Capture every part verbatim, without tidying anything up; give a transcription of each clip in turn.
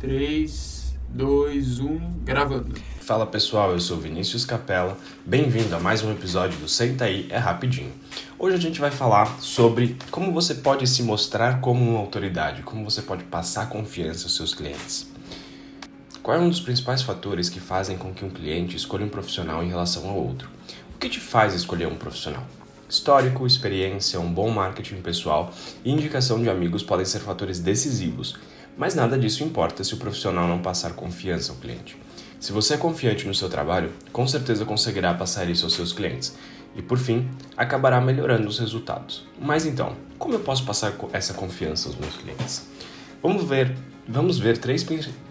três, dois, um, gravando. Fala pessoal, eu sou Vinícius Capella, bem-vindo a mais um episódio do Senta Aí, é Rapidinho. Hoje a gente vai falar sobre como você pode se mostrar como uma autoridade, como você pode passar confiança aos seus clientes. Qual é um dos principais fatores que fazem com que um cliente escolha um profissional em relação ao outro? O que te faz escolher um profissional? Histórico, experiência, um bom marketing pessoal e indicação de amigos podem ser fatores decisivos, mas nada disso importa se o profissional não passar confiança ao cliente. Se você é confiante no seu trabalho, com certeza conseguirá passar isso aos seus clientes e, por fim, acabará melhorando os resultados. Mas então, como eu posso passar essa confiança aos meus clientes? Vamos ver, vamos ver três,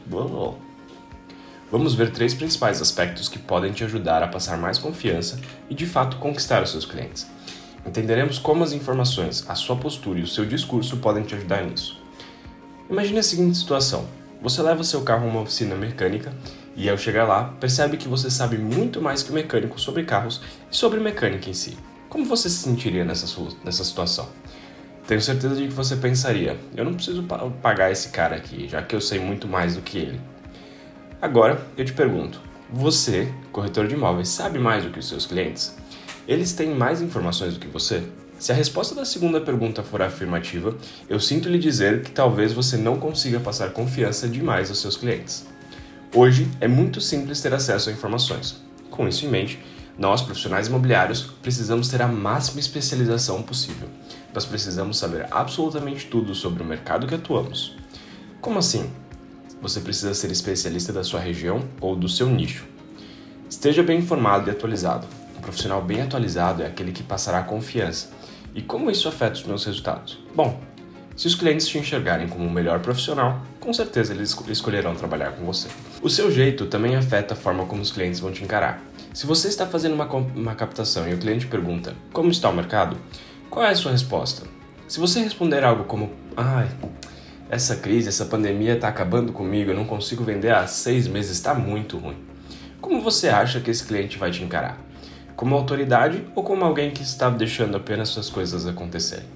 vamos ver três principais aspectos que podem te ajudar a passar mais confiança e, de fato, conquistar os seus clientes. Entenderemos como as informações, a sua postura e o seu discurso podem te ajudar nisso. Imagine a seguinte situação. Você leva seu carro a uma oficina mecânica e, ao chegar lá, percebe que você sabe muito mais que o mecânico sobre carros e sobre mecânica em si. Como você se sentiria nessa, nessa situação? Tenho certeza de que você pensaria, eu não preciso pagar esse cara aqui, já que eu sei muito mais do que ele. Agora, eu te pergunto, você, corretor de imóveis, sabe mais do que os seus clientes? Eles têm mais informações do que você? Se a resposta da segunda pergunta for afirmativa, eu sinto lhe dizer que talvez você não consiga passar confiança demais aos seus clientes. Hoje, é muito simples ter acesso a informações. Com isso em mente, nós, profissionais imobiliários, precisamos ter a máxima especialização possível. Nós precisamos saber absolutamente tudo sobre o mercado que atuamos. Como assim? Você precisa ser especialista da sua região ou do seu nicho. Esteja bem informado e atualizado. Um profissional bem atualizado é aquele que passará confiança. E como isso afeta os meus resultados? Bom, se os clientes te enxergarem como o melhor profissional, com certeza eles escolherão trabalhar com você. O seu jeito também afeta a forma como os clientes vão te encarar. Se você está fazendo uma, uma captação e o cliente pergunta como está o mercado, qual é a sua resposta? Se você responder algo como ai, essa crise, essa pandemia está acabando comigo, eu não consigo vender há seis meses, está muito ruim. Como você acha que esse cliente vai te encarar? Como autoridade ou como alguém que está deixando apenas suas coisas acontecerem?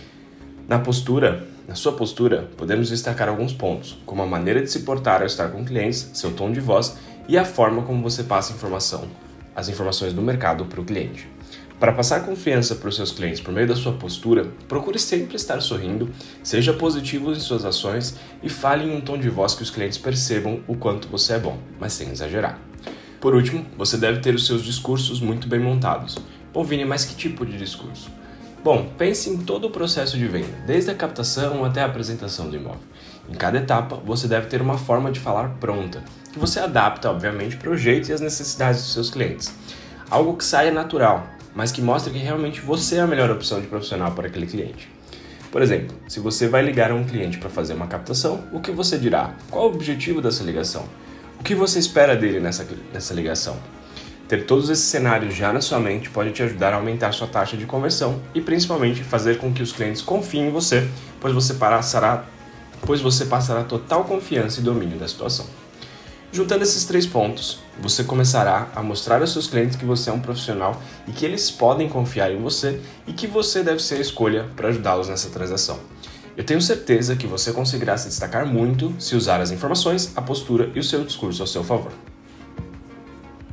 Na postura, na sua postura, podemos destacar alguns pontos, como a maneira de se portar ao estar com clientes, seu tom de voz e a forma como você passa a informação, as informações do mercado para o cliente. Para passar confiança para os seus clientes por meio da sua postura, procure sempre estar sorrindo, seja positivo em suas ações e fale em um tom de voz que os clientes percebam o quanto você é bom, mas sem exagerar. Por último, você deve ter os seus discursos muito bem montados. Bom, Vini, mas que tipo de discurso? Bom, pense em todo o processo de venda, desde a captação até a apresentação do imóvel. Em cada etapa, você deve ter uma forma de falar pronta, que você adapta, obviamente, para o jeito e as necessidades dos seus clientes. Algo que saia natural, mas que mostre que realmente você é a melhor opção de profissional para aquele cliente. Por exemplo, se você vai ligar a um cliente para fazer uma captação, o que você dirá? Qual o objetivo dessa ligação? O que você espera dele nessa, nessa ligação? Ter todos esses cenários já na sua mente pode te ajudar a aumentar sua taxa de conversão e principalmente fazer com que os clientes confiem em você, pois você passará, pois você passará total confiança e domínio da situação. Juntando esses três pontos, você começará a mostrar aos seus clientes que você é um profissional e que eles podem confiar em você e que você deve ser a escolha para ajudá-los nessa transação. Eu tenho certeza que você conseguirá se destacar muito se usar as informações, a postura e o seu discurso ao seu favor.